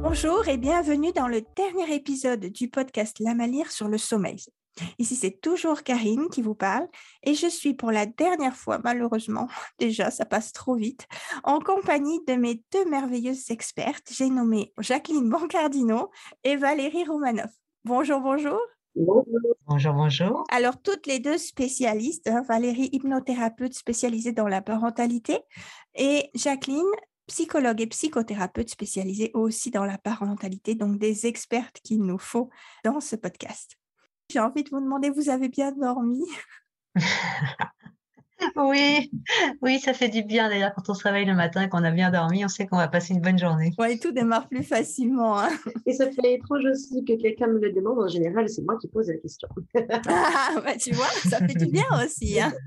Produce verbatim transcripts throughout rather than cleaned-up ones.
Bonjour et bienvenue dans le dernier épisode du podcast La Malire sur le sommeil. Ici, c'est toujours Karine qui vous parle et je suis pour la dernière fois, malheureusement, déjà ça passe trop vite, en compagnie de mes deux merveilleuses expertes. J'ai nommé Jacqueline Bancardino et Valérie Romanoff. Bonjour, bonjour. Bonjour. Bonjour, bonjour. Alors, toutes les deux spécialistes, hein, Valérie, hypnothérapeute spécialisée dans la parentalité et Jacqueline, psychologue et psychothérapeute spécialisée aussi dans la parentalité, donc des expertes qu'il nous faut dans ce podcast. J'ai envie de vous demander, vous avez bien dormi? Oui, oui, ça fait du bien d'ailleurs quand on se réveille le matin et qu'on a bien dormi, on sait qu'on va passer une bonne journée. Oui, tout démarre plus facilement. Hein. Et ça fait étrange aussi que quelqu'un me le demande. En général, c'est moi qui pose la question. Ah, bah, tu vois, ça fait du bien aussi. Hein.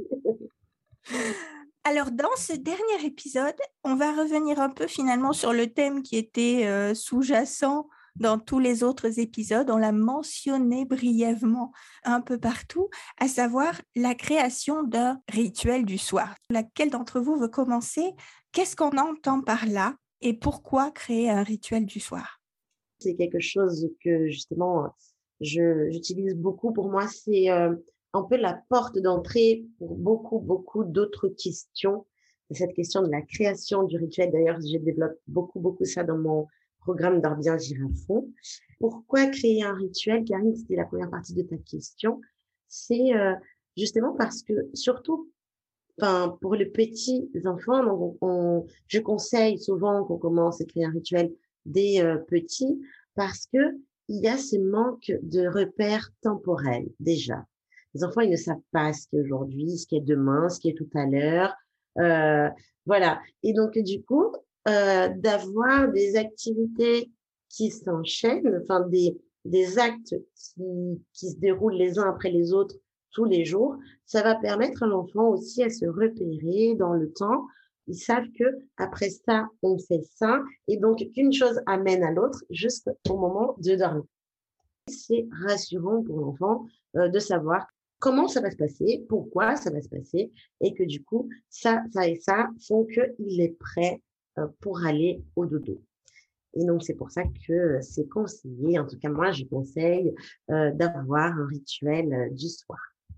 Alors, dans ce dernier épisode, on va revenir un peu finalement sur le thème qui était euh, sous-jacent dans tous les autres épisodes. On l'a mentionné brièvement un peu partout, à savoir la création d'un rituel du soir. Laquelle d'entre vous veut commencer? Qu'est-ce qu'on entend par là et pourquoi créer un rituel du soir? C'est quelque chose que justement, je, j'utilise beaucoup. Pour moi, c'est euh, un peu la porte d'entrée pour beaucoup, beaucoup d'autres questions. Cette question de la création du rituel, d'ailleurs, je développe beaucoup, beaucoup ça dans mon programme Dors bien, Gire à fond. Pourquoi créer un rituel, Karine? C'était la première partie de ta question. C'est euh, justement parce que, surtout, enfin, pour les petits enfants, donc on, on, je conseille souvent qu'on commence à créer un rituel des euh, petits parce que il y a ce manque de repères temporels déjà. Les enfants, ils ne savent pas ce qu'est aujourd'hui, ce qu'est demain, ce qu'est tout à l'heure. Euh, voilà. Et donc, du coup, euh, d'avoir des activités qui s'enchaînent, enfin des, des actes qui, qui se déroulent les uns après les autres tous les jours, ça va permettre à l'enfant aussi à se repérer dans le temps. Ils savent que après ça, on fait ça, et donc qu'une chose amène à l'autre juste au moment de dormir. C'est rassurant pour l'enfant euh, de savoir comment ça va se passer, pourquoi ça va se passer, et que du coup, ça, ça et ça font qu'il est prêt euh, pour aller au dodo. Et donc, c'est pour ça que c'est conseillé, en tout cas moi, je conseille euh, d'avoir un rituel euh, du soir.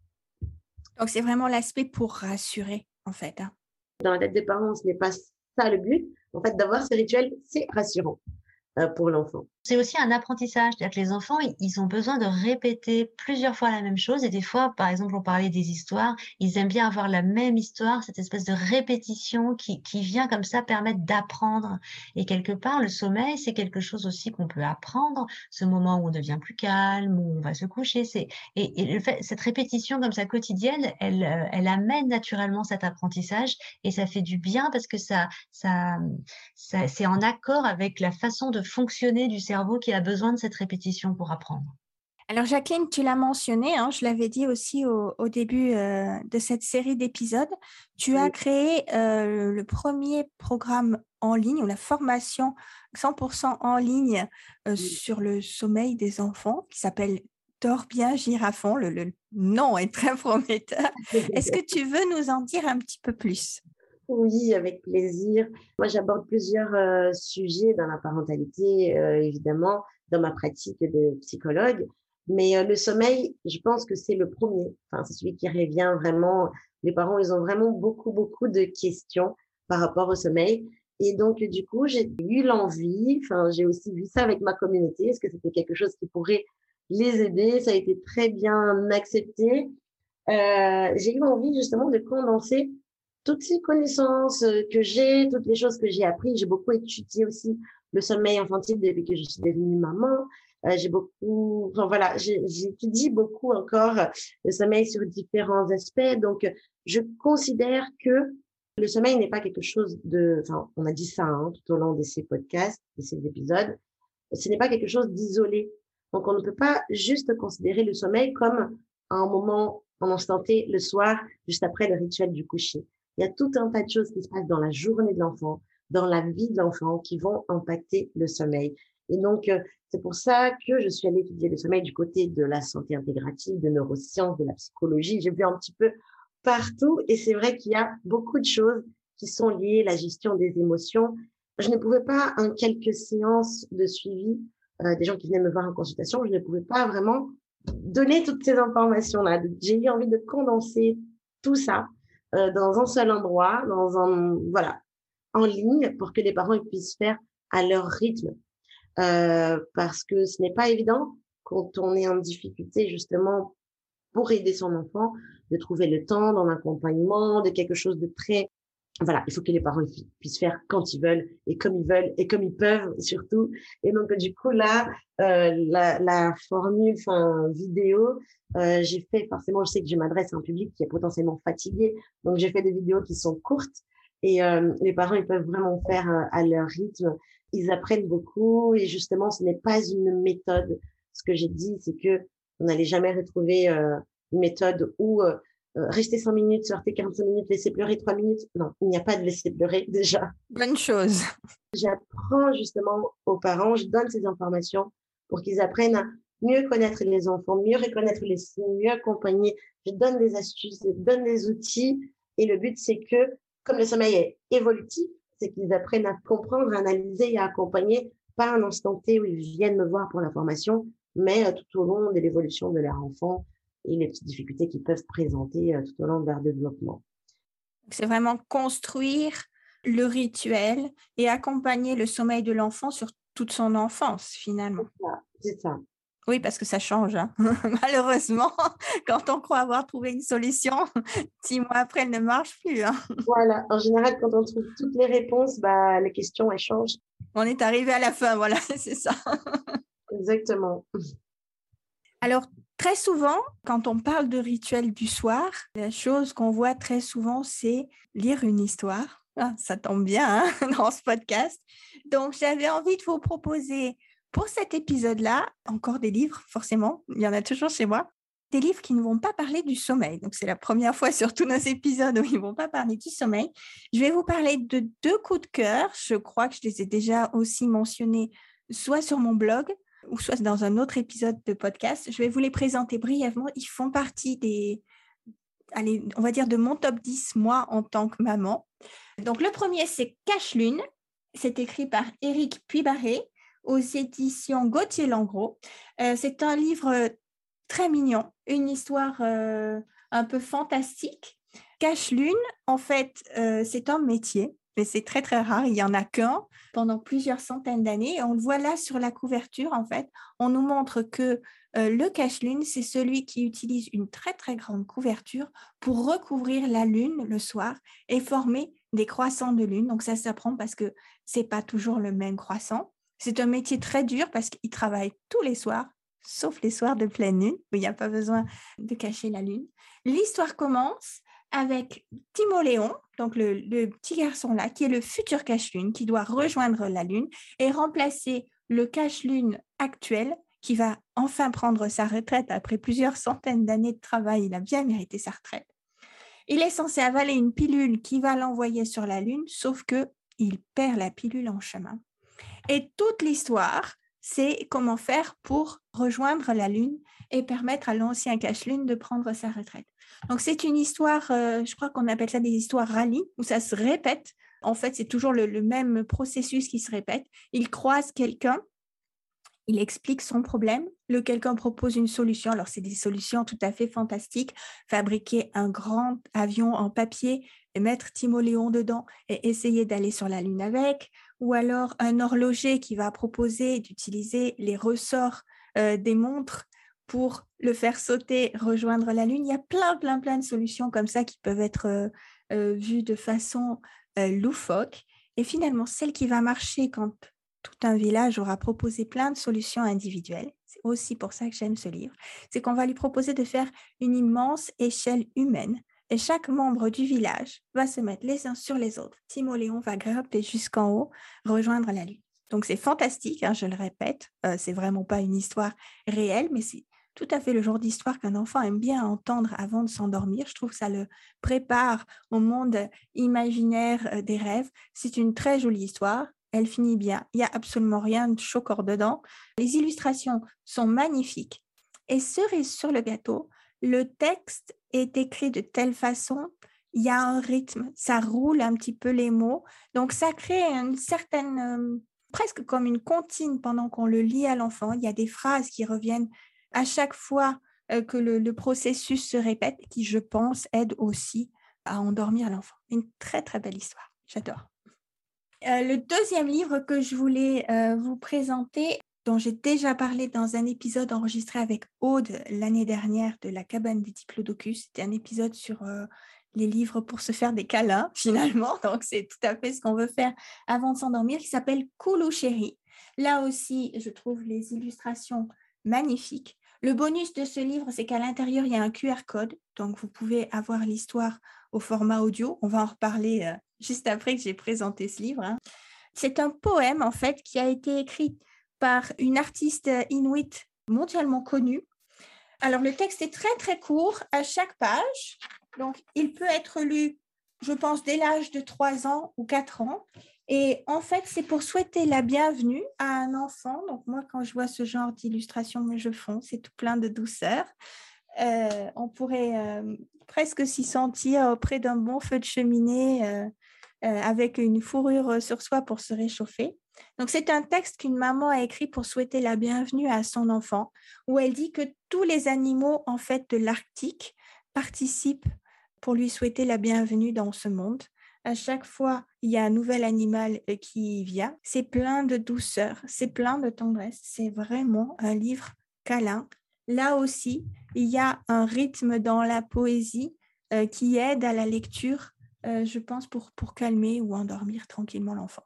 Donc, c'est vraiment l'aspect pour rassurer, en fait. Hein. Dans la tête des parents, ce n'est pas ça le but. En fait, d'avoir ce rituel, c'est rassurant euh, pour l'enfant. C'est aussi un apprentissage, c'est-à-dire que les enfants, ils ont besoin de répéter plusieurs fois la même chose. Et des fois, par exemple, on parlait des histoires, ils aiment bien avoir la même histoire, cette espèce de répétition qui, qui vient comme ça permettre d'apprendre. Et quelque part, le sommeil, c'est quelque chose aussi qu'on peut apprendre, ce moment où on devient plus calme, où on va se coucher. C'est, et, et le fait, cette répétition comme ça quotidienne, elle, elle amène naturellement cet apprentissage et ça fait du bien parce que ça, ça, ça c'est en accord avec la façon de fonctionner du cerveau qui a besoin de cette répétition pour apprendre. Alors Jacqueline, tu l'as mentionné, hein, je l'avais dit aussi au, au début euh, de cette série d'épisodes, tu as créé euh, le premier programme en ligne ou la formation cent pour cent en ligne euh, sur le sommeil des enfants qui s'appelle Dors bien, Gire à fond. Le, le nom est très prometteur. Est-ce que tu veux nous en dire un petit peu plus? Oui, avec plaisir. Moi, j'aborde plusieurs euh, sujets dans la parentalité, euh, évidemment, dans ma pratique de psychologue. Mais euh, le sommeil, je pense que c'est le premier. Enfin, c'est celui qui revient vraiment. Les parents, ils ont vraiment beaucoup, beaucoup de questions par rapport au sommeil. Et donc, du coup, j'ai eu l'envie, enfin, j'ai aussi vu ça avec ma communauté. Est-ce que c'était quelque chose qui pourrait les aider? Ça a été très bien accepté. Euh, j'ai eu envie, justement, de condenser toutes ces connaissances que j'ai, toutes les choses que j'ai apprises. J'ai beaucoup étudié aussi le sommeil infantile depuis que je suis devenue maman. Euh, j'ai beaucoup, enfin voilà, j'étudie beaucoup encore le sommeil sur différents aspects. Donc, je considère que le sommeil n'est pas quelque chose de, enfin, on a dit ça hein, tout au long de ces podcasts, de ces épisodes. Ce n'est pas quelque chose d'isolé. Donc, on ne peut pas juste considérer le sommeil comme un moment, en instant T, le soir, juste après le rituel du coucher. Il y a tout un tas de choses qui se passent dans la journée de l'enfant, dans la vie de l'enfant, qui vont impacter le sommeil. Et donc, euh, c'est pour ça que je suis allée étudier le sommeil du côté de la santé intégrative, de neurosciences, de la psychologie. J'ai vu un petit peu partout et c'est vrai qu'il y a beaucoup de choses qui sont liées à la gestion des émotions. je ne pouvais pas, en quelques séances de suivi, euh, des gens qui venaient me voir en consultation, je ne pouvais pas vraiment donner toutes ces informations-là. Donc, j'ai eu envie de condenser tout ça euh, dans un seul endroit, dans un, voilà, en ligne, pour que les parents ils puissent faire à leur rythme. Euh, parce que ce n'est pas évident quand on est en difficulté, justement, pour aider son enfant, de trouver le temps d'un accompagnement, de quelque chose de très... Voilà, il faut que les parents ils puissent faire quand ils veulent et comme ils veulent et comme ils peuvent surtout. Et donc, du coup, là, euh, la, la formule, enfin, vidéo, euh, j'ai fait, forcément, je sais que je m'adresse à un public qui est potentiellement fatigué. Donc, j'ai fait des vidéos qui sont courtes et euh, les parents, ils peuvent vraiment faire euh, à leur rythme. Ils apprennent beaucoup et justement, ce n'est pas une méthode. Ce que j'ai dit, c'est que on n'allait jamais retrouver euh, une méthode où euh, euh, rester cinq minutes, sortez quarante-cinq minutes, laisser pleurer trois minutes. Non, il n'y a pas de laisser pleurer déjà. Bonne chose. J'apprends justement aux parents, je donne ces informations pour qu'ils apprennent à mieux connaître les enfants, mieux reconnaître les signes, mieux accompagner. Je donne des astuces, je donne des outils. Et le but, c'est que, comme le sommeil est évolutif, c'est qu'ils apprennent à comprendre, à analyser et à accompagner, pas un instant T où ils viennent me voir pour la formation, mais euh, tout au long de l'évolution de leur enfant et les petites difficultés qu'ils peuvent présenter euh, tout au long de leur développement. C'est vraiment construire le rituel et accompagner le sommeil de l'enfant sur toute son enfance, finalement. C'est ça. C'est ça. Oui, parce que ça change. Hein. Malheureusement, quand on croit avoir trouvé une solution, six mois après, elle ne marche plus. Hein. Voilà. En général, quand on trouve toutes les réponses, bah, les questions, elles changent. On est arrivé à la fin, voilà, c'est ça. Exactement. Alors, très souvent, quand on parle de rituel du soir, la chose qu'on voit très souvent, c'est lire une histoire. Ah, ça tombe bien hein, dans ce podcast. Donc, j'avais envie de vous proposer pour cet épisode-là, encore des livres, forcément, il y en a toujours chez moi, des livres qui ne vont pas parler du sommeil. Donc, c'est la première fois sur tous nos épisodes où ils ne vont pas parler du sommeil. Je vais vous parler de deux coups de cœur. Je crois que je les ai déjà aussi mentionnés, soit sur mon blog, ou soit dans un autre épisode de podcast. Je vais vous les présenter brièvement. Ils font partie des, allez, on va dire de mon top dix, moi, en tant que maman. Donc, le premier, c'est Cache-Lune. C'est écrit par Éric Puybarré aux éditions Gauthier-Langros. Euh, c'est un livre très mignon, une histoire euh, un peu fantastique. Cache-Lune, en fait, euh, c'est un métier, mais c'est très, très rare. Il n'y en a qu'un pendant plusieurs centaines d'années. On le voit là sur la couverture, en fait. On nous montre que euh, le cache-lune, c'est celui qui utilise une très, très grande couverture pour recouvrir la lune le soir et former des croissants de lune. Donc, ça s'apprend parce que ce n'est pas toujours le même croissant. C'est un métier très dur parce qu'il travaille tous les soirs, sauf les soirs de pleine lune, où il n'y a pas besoin de cacher la lune. L'histoire commence avec Timoléon, donc le, le petit garçon-là, qui est le futur cache-lune, qui doit rejoindre la lune et remplacer le cache-lune actuel, qui va enfin prendre sa retraite après plusieurs centaines d'années de travail. Il a bien mérité sa retraite. Il est censé avaler une pilule qui va l'envoyer sur la lune, sauf qu'il perd la pilule en chemin. Et toute l'histoire, c'est comment faire pour rejoindre la lune et permettre à l'ancien cache-lune de prendre sa retraite. Donc, c'est une histoire, euh, je crois qu'on appelle ça des histoires rallye, où ça se répète. En fait, c'est toujours le, le même processus qui se répète. Il croise quelqu'un, il explique son problème, le quelqu'un propose une solution. Alors, c'est des solutions tout à fait fantastiques. Fabriquer un grand avion en papier et mettre Timoléon dedans et essayer d'aller sur la Lune avec. Ou alors, un horloger qui va proposer d'utiliser les ressorts euh, des montres pour le faire sauter, rejoindre la Lune. Il y a plein, plein, plein de solutions comme ça qui peuvent être euh, euh, vues de façon euh, loufoque. Et finalement, celle qui va marcher quand tout un village aura proposé plein de solutions individuelles. C'est aussi pour ça que j'aime ce livre. C'est qu'on va lui proposer de faire une immense échelle humaine. Et chaque membre du village va se mettre les uns sur les autres. Timoléon va grimper jusqu'en haut, rejoindre la Lune. Donc, c'est fantastique, hein, je le répète. Euh, c'est vraiment pas une histoire réelle, mais c'est tout à fait le genre d'histoire qu'un enfant aime bien entendre avant de s'endormir. Je trouve que ça le prépare au monde imaginaire des rêves. C'est une très jolie histoire. Elle finit bien. Il n'y a absolument rien de choquant dedans. Les illustrations sont magnifiques. Et cerise sur le gâteau, le texte est écrit de telle façon, il y a un rythme, ça roule un petit peu les mots. Donc, ça crée une certaine, euh, presque comme une comptine pendant qu'on le lit à l'enfant. Il y a des phrases qui reviennent à chaque fois euh, que le, le processus se répète, qui, je pense, aide aussi à endormir l'enfant. Une très, très belle histoire. J'adore. Euh, le deuxième livre que je voulais euh, vous présenter, dont j'ai déjà parlé dans un épisode enregistré avec Aude l'année dernière de la cabane des diplodocus. C'était un épisode sur euh, les livres pour se faire des câlins, finalement. Donc, c'est tout à fait ce qu'on veut faire avant de s'endormir, qui s'appelle Koulou Chéri. Là aussi, je trouve les illustrations magnifiques. Le bonus de ce livre, c'est qu'à l'intérieur, il y a un Q R code. Donc, vous pouvez avoir l'histoire au format audio. On va en reparler euh, juste après que j'ai présenté ce livre. Hein. C'est un poème, en fait, qui a été écrit par une artiste inuit mondialement connue. Alors, le texte est très, très court à chaque page. Donc, il peut être lu, je pense, dès l'âge de trois ans ou quatre ans. Et en fait, c'est pour souhaiter la bienvenue à un enfant. Donc, moi, quand je vois ce genre d'illustration, je fonds, c'est tout plein de douceur. Euh, on pourrait euh, presque s'y sentir auprès d'un bon feu de cheminée euh, euh, avec une fourrure sur soi pour se réchauffer. Donc, c'est un texte qu'une maman a écrit pour souhaiter la bienvenue à son enfant, où elle dit que tous les animaux, en fait, de l'Arctique participent pour lui souhaiter la bienvenue dans ce monde. À chaque fois, il y a un nouvel animal qui vient. C'est plein de douceur, c'est plein de tendresse. C'est vraiment un livre câlin. Là aussi, il y a un rythme dans la poésie euh, qui aide à la lecture, euh, je pense, pour, pour calmer ou endormir tranquillement l'enfant.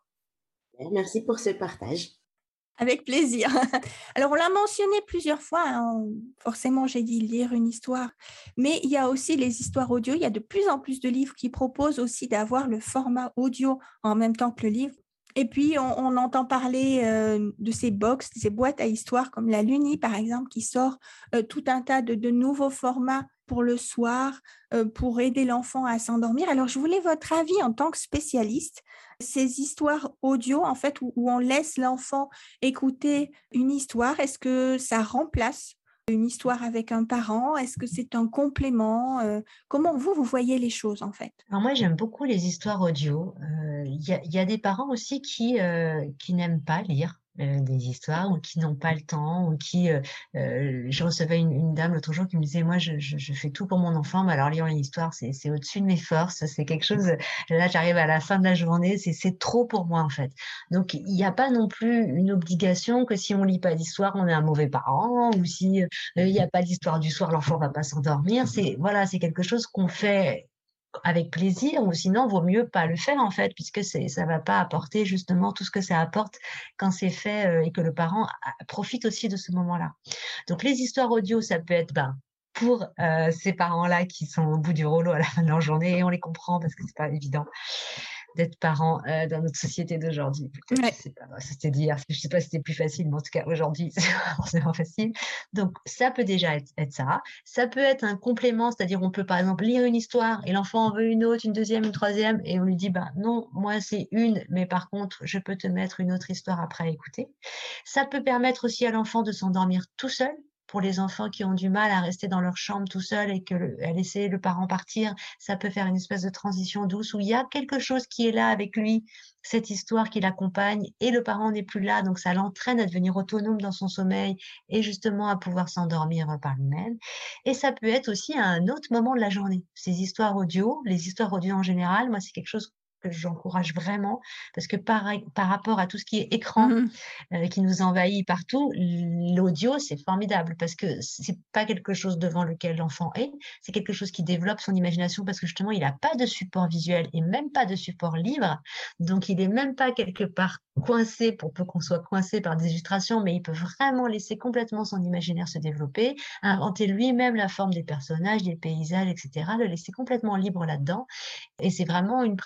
Merci pour ce partage. Avec plaisir. Alors, on l'a mentionné plusieurs fois. Hein. Forcément, j'ai dit lire une histoire. Mais il y a aussi les histoires audio. Il y a de plus en plus de livres qui proposent aussi d'avoir le format audio en même temps que le livre. Et puis, on, on entend parler euh, de ces box, ces boîtes à histoires comme la Luni, par exemple, qui sort euh, tout un tas de, de nouveaux formats pour le soir, euh, pour aider l'enfant à s'endormir. Alors, je voulais votre avis en tant que spécialiste. Ces histoires audio, en fait, où, où on laisse l'enfant écouter une histoire, est-ce que ça remplace une histoire avec un parent? Est-ce que c'est un complément? euh, Comment vous, vous voyez les choses, en fait? Alors moi, j'aime beaucoup les histoires audio. Euh, Il y a, il y a des parents aussi qui, euh, qui n'aiment pas lire euh, des histoires ou qui n'ont pas le temps ou qui... euh, euh, je recevais une, une dame l'autre jour qui me disait, moi, je, je, je fais tout pour mon enfant, mais alors lire une histoire, c'est, c'est au-dessus de mes forces, c'est quelque chose... Là, j'arrive à la fin de la journée, c'est, c'est trop pour moi, en fait. Donc, il n'y a pas non plus une obligation que si on lit pas d'histoire, on est un mauvais parent, ou si euh, il n'y a pas d'histoire du soir, l'enfant va pas s'endormir. C'est, voilà, c'est quelque chose qu'on fait avec plaisir, ou sinon vaut mieux pas le faire en fait, puisque c'est ça va pas apporter justement tout ce que ça apporte quand c'est fait euh, et que le parent a- profite aussi de ce moment-là. Donc les histoires audio, ça peut être ben pour euh, ces parents-là qui sont au bout du rouleau à la fin de leur journée, et on les comprend parce que c'est pas évident d'être parent euh, dans notre société d'aujourd'hui. Peut-être, Ouais. je sais pas, c'était dire, je sais pas si c'était plus facile, mais en tout cas aujourd'hui, c'est pas forcément facile. Donc ça peut déjà être, être ça. Ça peut être un complément, c'est-à-dire on peut par exemple lire une histoire et l'enfant en veut une autre, une deuxième, une troisième, et on lui dit, bah non, moi c'est une, mais par contre, je peux te mettre une autre histoire après à écouter. Ça peut permettre aussi à l'enfant de s'endormir tout seul. Pour les enfants qui ont du mal à rester dans leur chambre tout seul et que le, à laisser le parent partir, ça peut faire une espèce de transition douce où il y a quelque chose qui est là avec lui, cette histoire qui l'accompagne, et le parent n'est plus là, donc ça l'entraîne à devenir autonome dans son sommeil et justement à pouvoir s'endormir par lui-même. Et ça peut être aussi à un autre moment de la journée. Ces histoires audio, les histoires audio en général, moi c'est quelque chose que j'encourage vraiment, parce que par, par rapport à tout ce qui est écran, Mhm. euh, qui nous envahit partout, l'audio, c'est formidable parce que c'est pas quelque chose devant lequel l'enfant est, c'est quelque chose qui développe son imagination parce que justement, il n'a pas de support visuel et même pas de support libre. Donc, il est même pas quelque part coincé, pour peu qu'on soit coincé par des illustrations, mais il peut vraiment laisser complètement son imaginaire se développer, inventer lui-même la forme des personnages, des paysages, et cetera, le laisser complètement libre là-dedans. Et c'est vraiment une pratique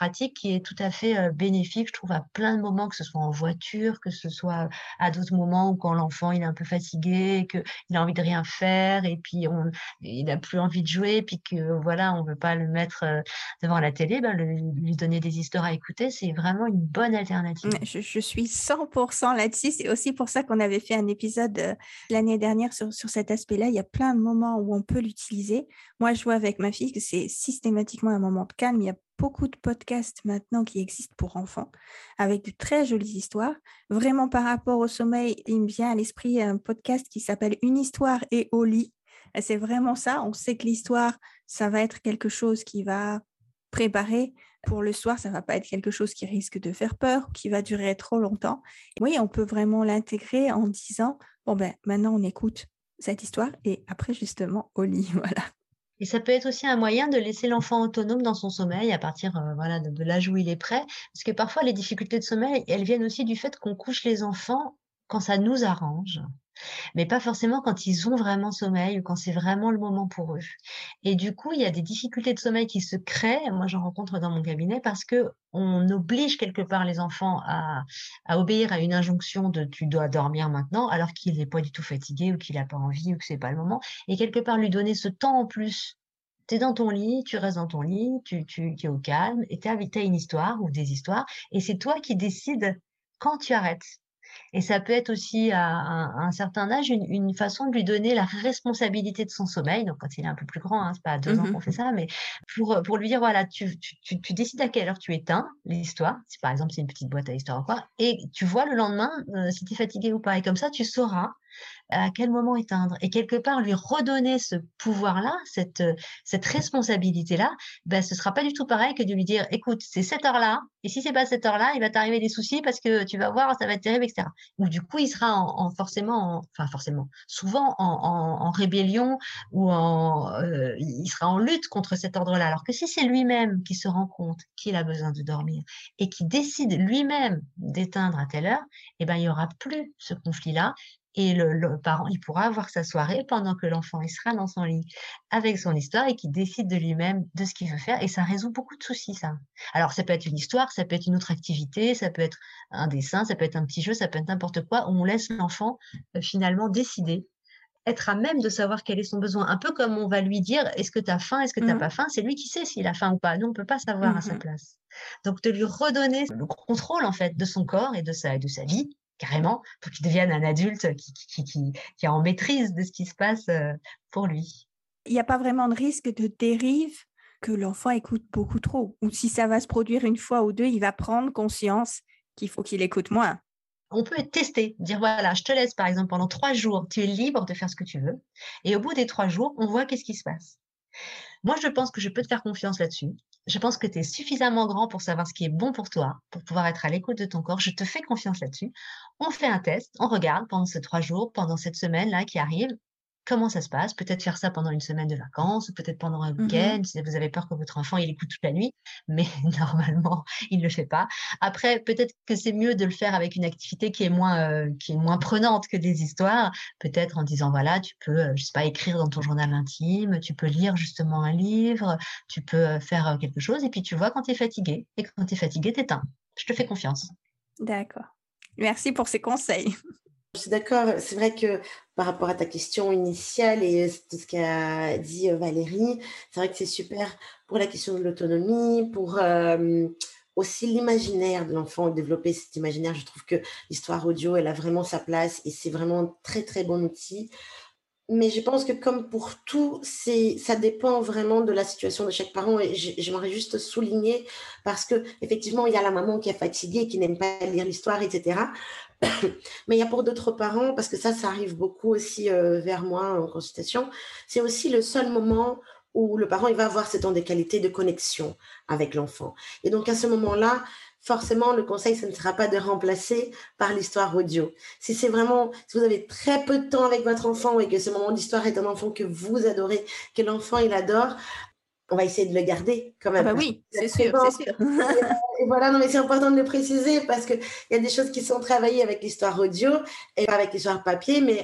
qui est tout à fait euh, bénéfique, je trouve, à plein de moments, que ce soit en voiture, que ce soit à d'autres moments où quand l'enfant il est un peu fatigué, qu'il a envie de rien faire et puis on, il n'a plus envie de jouer, puis que voilà, on veut pas le mettre euh, devant la télé, ben, le- lui donner des histoires à écouter, c'est vraiment une bonne alternative. Je, je suis cent pour cent là-dessus. C'est aussi pour ça qu'on avait fait un épisode euh, l'année dernière sur, sur cet aspect-là. Il y a plein de moments où on peut l'utiliser. Moi, je vois avec ma fille que c'est systématiquement un moment de calme. Il y a beaucoup de podcasts maintenant qui existent pour enfants avec de très jolies histoires. Vraiment, par rapport au sommeil, il me vient à l'esprit un podcast qui s'appelle Une histoire et au lit. Et c'est vraiment ça. On sait que l'histoire, ça va être quelque chose qui va préparer pour le soir, ça ne va pas être quelque chose qui risque de faire peur, qui va durer trop longtemps. Oui, on peut vraiment l'intégrer en disant, bon ben maintenant on écoute cette histoire et après justement au lit, voilà. Et ça peut être aussi un moyen de laisser l'enfant autonome dans son sommeil à partir euh, voilà, de, de l'âge où il est prêt. Parce que parfois, les difficultés de sommeil, elles viennent aussi du fait qu'on couche les enfants quand ça nous arrange, mais pas forcément quand ils ont vraiment sommeil ou quand c'est vraiment le moment pour eux. Et du coup, il y a des difficultés de sommeil qui se créent. Moi, j'en rencontre dans mon cabinet parce que on oblige quelque part les enfants à, à obéir à une injonction de tu dois dormir maintenant, alors qu'il n'est pas du tout fatigué ou qu'il n'a pas envie ou que c'est pas le moment. Et quelque part, lui donner ce temps en plus. Tu es dans ton lit, tu restes dans ton lit, tu, tu, tu es au calme, et tu as une histoire ou des histoires, et c'est toi qui décides quand tu arrêtes. Et ça peut être aussi à un, à un certain âge une, une façon de lui donner la responsabilité de son sommeil. Donc quand il est un peu plus grand, hein, c'est pas à deux ans qu'on fait ça, mais pour, pour lui dire voilà, tu, tu, tu, tu décides à quelle heure tu éteins l'histoire. Si par exemple c'est une petite boîte à histoire ou quoi, et tu vois le lendemain euh, si tu es fatigué ou pas. Et comme ça, tu sauras à quel moment éteindre. Et quelque part, lui redonner ce pouvoir-là, cette, cette responsabilité-là, ben, ce sera pas du tout pareil que de lui dire, écoute, c'est cette heure-là, et si c'est pas cette heure-là, il va t'arriver des soucis parce que tu vas voir, ça va être terrible, et cetera. Ou du coup, il sera en, en forcément, en, enfin forcément, souvent en, en, en rébellion ou en, euh, il sera en lutte contre cet ordre-là. Alors que si c'est lui-même qui se rend compte qu'il a besoin de dormir et qui décide lui-même d'éteindre à telle heure, eh ben, il y aura plus ce conflit-là. Et le, le parent, il pourra avoir sa soirée pendant que l'enfant, il sera dans son lit avec son histoire et qui décide de lui-même de ce qu'il veut faire. Et ça résout beaucoup de soucis, ça. Alors, ça peut être une histoire, ça peut être une autre activité, ça peut être un dessin, ça peut être un petit jeu, ça peut être n'importe quoi, où on laisse l'enfant euh, finalement décider, être à même de savoir quel est son besoin. Un peu comme on va lui dire, est-ce que tu as faim, est-ce que tu n'as Mhm. pas faim? C'est lui qui sait s'il a faim ou pas. Nous, on ne peut pas savoir à sa Mhm. place. Donc, de lui redonner le contrôle, en fait, de son corps et de sa, de sa vie, carrément, pour qu'il devienne un adulte qui, qui, qui, qui est en maîtrise de ce qui se passe euh, pour lui. Il n'y a pas vraiment de risque de dérive que l'enfant écoute beaucoup trop. Ou si ça va se produire une fois ou deux, il va prendre conscience qu'il faut qu'il écoute moins. On peut tester, dire voilà, je te laisse par exemple pendant trois jours, tu es libre de faire ce que tu veux. Et au bout des trois jours, on voit qu'est-ce qui se passe. Moi, je pense que je peux te faire confiance là-dessus. Je pense que tu es suffisamment grand pour savoir ce qui est bon pour toi, pour pouvoir être à l'écoute de ton corps. Je te fais confiance là-dessus. On fait un test, on regarde pendant ces trois jours, pendant cette semaine-là qui arrive, comment ça se passe. Peut-être faire ça pendant une semaine de vacances, ou peut-être pendant un week-end, Mhm. si vous avez peur que votre enfant il écoute toute la nuit, mais normalement, il ne le fait pas. Après, peut-être que c'est mieux de le faire avec une activité qui est moins, euh, qui est moins prenante que des histoires. Peut-être en disant, voilà, tu peux, euh, je sais pas, écrire dans ton journal intime, tu peux lire justement un livre, tu peux euh, faire euh, quelque chose, et puis tu vois quand tu es fatigué. Et quand tu es fatigué, t'éteins. Je te fais confiance. D'accord. Merci pour ces conseils. Je suis d'accord, c'est vrai que par rapport à ta question initiale et tout ce qu'a dit euh, Valérie, c'est vrai que c'est super pour la question de l'autonomie, pour euh, aussi l'imaginaire de l'enfant, développer cet imaginaire. Je trouve que l'histoire audio, elle a vraiment sa place et c'est vraiment un très très bon outil. Mais je pense que comme pour tout, c'est, ça dépend vraiment de la situation de chaque parent. Et j- j'aimerais juste souligner parce que effectivement, il y a la maman qui est fatiguée, qui n'aime pas lire l'histoire, et cetera. Mais il y a pour d'autres parents, parce que ça, ça arrive beaucoup aussi euh, vers moi en consultation, c'est aussi le seul moment où le parent il va avoir ce temps de qualité de connexion avec l'enfant. Et donc à ce moment-là, forcément, le conseil, ce ne sera pas de remplacer par l'histoire audio. Si c'est vraiment, si vous avez très peu de temps avec votre enfant et que ce moment d'histoire est un enfant que vous adorez, que l'enfant il adore, on va essayer de le garder quand Ah même. bah Parce oui, que la c'est sûr, c'est présence, sûr. et voilà, non, mais c'est important de le préciser parce qu'il y a des choses qui sont travaillées avec l'histoire audio et pas avec l'histoire papier, mais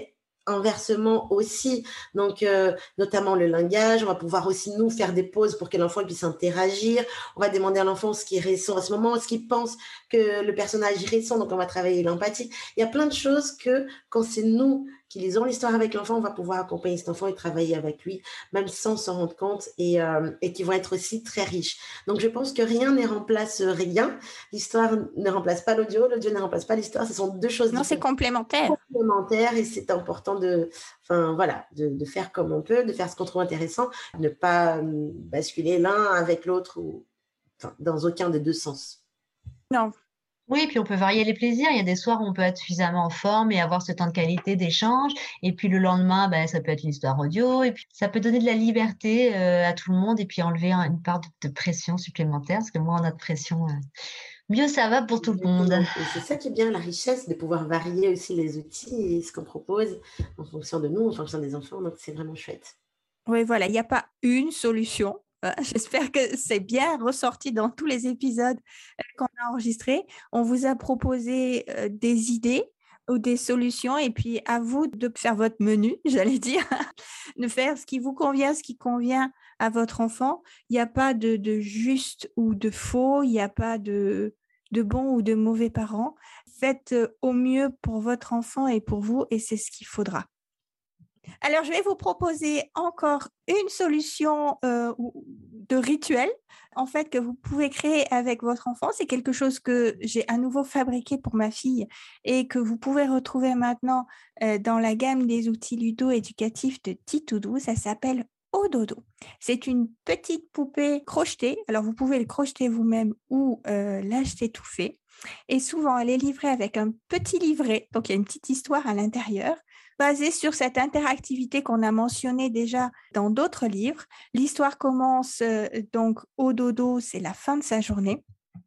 inversement aussi. Donc, euh, notamment le langage, on va pouvoir aussi nous faire des pauses pour que l'enfant puisse interagir. On va demander à l'enfant ce qu'il ressent à ce moment, ce qu'il pense que le personnage ressent. Donc, on va travailler l'empathie. Il y a plein de choses que quand c'est nous qui lisons l'histoire avec l'enfant, on va pouvoir accompagner cet enfant et travailler avec lui, même sans s'en rendre compte, et, euh, et qui vont être aussi très riches. Donc, je pense que rien ne remplace rien. L'histoire ne remplace pas l'audio, l'audio ne remplace pas l'histoire. Ce sont deux choses Non, c'est complémentaire. complémentaires et c'est important de, enfin, voilà, de, de faire comme on peut, de faire ce qu'on trouve intéressant, ne pas euh, basculer l'un avec l'autre ou enfin, dans aucun des deux sens. Non. Oui, puis on peut varier les plaisirs. Il y a des soirs où on peut être suffisamment en forme et avoir ce temps de qualité d'échange. Et puis le lendemain, ben, ça peut être une histoire audio. Et puis ça peut donner de la liberté euh, à tout le monde et puis enlever une part de, de pression supplémentaire. Parce que moins on a de pression, euh, mieux ça va pour tout le monde. Et c'est ça qui est bien, la richesse, de pouvoir varier aussi les outils et ce qu'on propose en fonction de nous, en fonction des enfants. Donc c'est vraiment chouette. Oui, voilà, il n'y a pas une solution. J'espère que c'est bien ressorti dans tous les épisodes qu'on a enregistrés. On vous a proposé euh, des idées ou des solutions et puis à vous de faire votre menu, j'allais dire, de faire ce qui vous convient, ce qui convient à votre enfant. Il n'y a pas de, de juste ou de faux, il n'y a pas de, de bons ou de mauvais parents. Faites au mieux pour votre enfant et pour vous et c'est ce qu'il faudra. Alors, je vais vous proposer encore une solution euh, de rituel, en fait, que vous pouvez créer avec votre enfant. C'est quelque chose que j'ai à nouveau fabriqué pour ma fille et que vous pouvez retrouver maintenant euh, dans la gamme des outils ludo-éducatifs de Titoudou. Ça s'appelle Ododo. C'est une petite poupée crochetée. Alors, vous pouvez le crocheter vous-même ou euh, l'acheter tout fait. Et souvent, elle est livrée avec un petit livret. Donc, il y a une petite histoire à l'intérieur basée sur cette interactivité qu'on a mentionnée déjà dans d'autres livres. L'histoire commence euh, donc au dodo, c'est la fin de sa journée.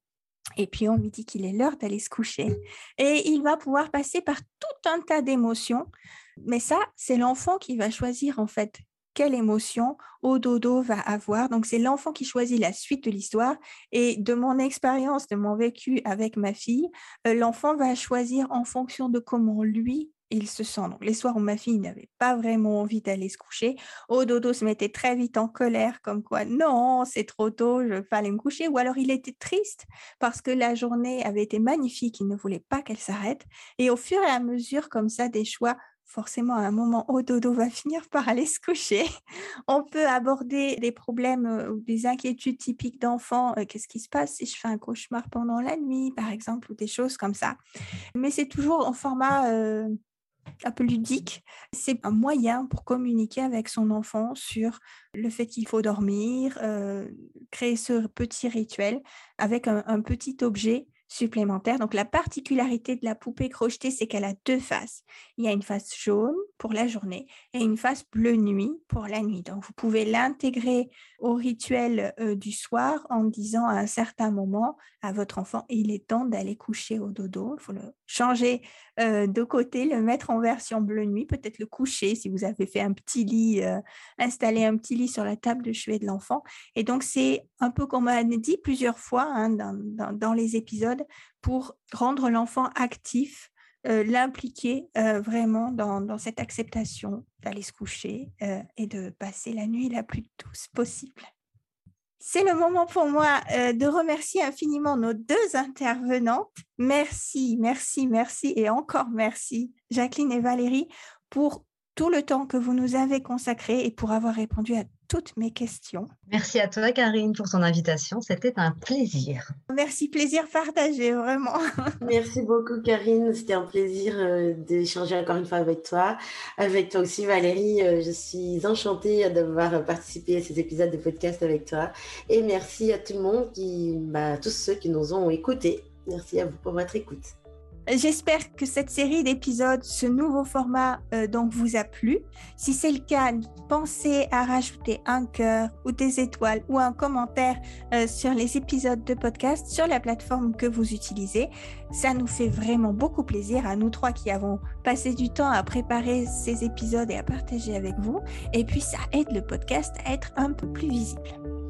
Et puis, on lui dit qu'il est l'heure d'aller se coucher. Et il va pouvoir passer par tout un tas d'émotions. Mais ça, c'est l'enfant qui va choisir en fait quelle émotion au dodo va avoir. Donc, c'est l'enfant qui choisit la suite de l'histoire. Et de mon expérience, de mon vécu avec ma fille, euh, l'enfant va choisir en fonction de comment lui, il se sent. Donc, les soirs où ma fille n'avait pas vraiment envie d'aller se coucher, au dodo se mettait très vite en colère, comme quoi, non, c'est trop tôt, je ne veux pas aller me coucher. Ou alors, il était triste parce que la journée avait été magnifique, il ne voulait pas qu'elle s'arrête. Et au fur et à mesure, comme ça, des choix, forcément, à un moment, au dodo va finir par aller se coucher. On peut aborder des problèmes ou des inquiétudes typiques d'enfants. Euh, qu'est-ce qui se passe si je fais un cauchemar pendant la nuit, par exemple, ou des choses comme ça. Mais c'est toujours en format euh, un peu ludique. C'est un moyen pour communiquer avec son enfant sur le fait qu'il faut dormir, euh, créer ce petit rituel avec un, un petit objet supplémentaire. Donc, la particularité de la poupée crochetée, c'est qu'elle a deux faces. Il y a une face jaune pour la journée et une face bleu nuit pour la nuit. Donc, vous pouvez l'intégrer au rituel euh, du soir en disant à un certain moment à votre enfant, il est temps d'aller coucher au dodo. Il faut le changer euh, de côté, le mettre en version bleu nuit, peut-être le coucher si vous avez fait un petit lit, euh, installer un petit lit sur la table de chevet de l'enfant. Et donc, c'est un peu comme on a dit plusieurs fois hein, dans, dans, dans les épisodes, pour rendre l'enfant actif, euh, l'impliquer euh, vraiment dans, dans cette acceptation d'aller se coucher euh, et de passer la nuit la plus douce possible. C'est le moment pour moi euh, de remercier infiniment nos deux intervenantes. Merci, merci, merci et encore merci Jacqueline et Valérie pour tout le temps que vous nous avez consacré et pour avoir répondu à toutes mes questions. Merci à toi, Karine, pour ton invitation. C'était un plaisir. Merci, plaisir partagé, vraiment. Merci beaucoup, Karine. C'était un plaisir euh, d'échanger encore une fois avec toi. Avec toi aussi, Valérie. Euh, je suis enchantée d'avoir participé à ces épisodes de podcast avec toi. Et merci à tout le monde, qui, bah, tous ceux qui nous ont écoutés. Merci à vous pour votre écoute. J'espère que cette série d'épisodes, ce nouveau format euh, donc vous a plu. Si c'est le cas, pensez à rajouter un cœur ou des étoiles ou un commentaire euh, sur les épisodes de podcast sur la plateforme que vous utilisez. Ça nous fait vraiment beaucoup plaisir à nous trois qui avons passé du temps à préparer ces épisodes et à partager avec vous. Et puis ça aide le podcast à être un peu plus visible.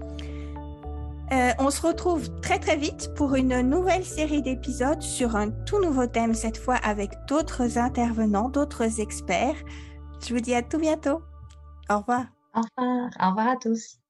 Euh, on se retrouve très très vite pour une nouvelle série d'épisodes sur un tout nouveau thème, cette fois avec d'autres intervenants, d'autres experts. Je vous dis à tout bientôt. Au revoir. Au revoir. Au revoir à tous.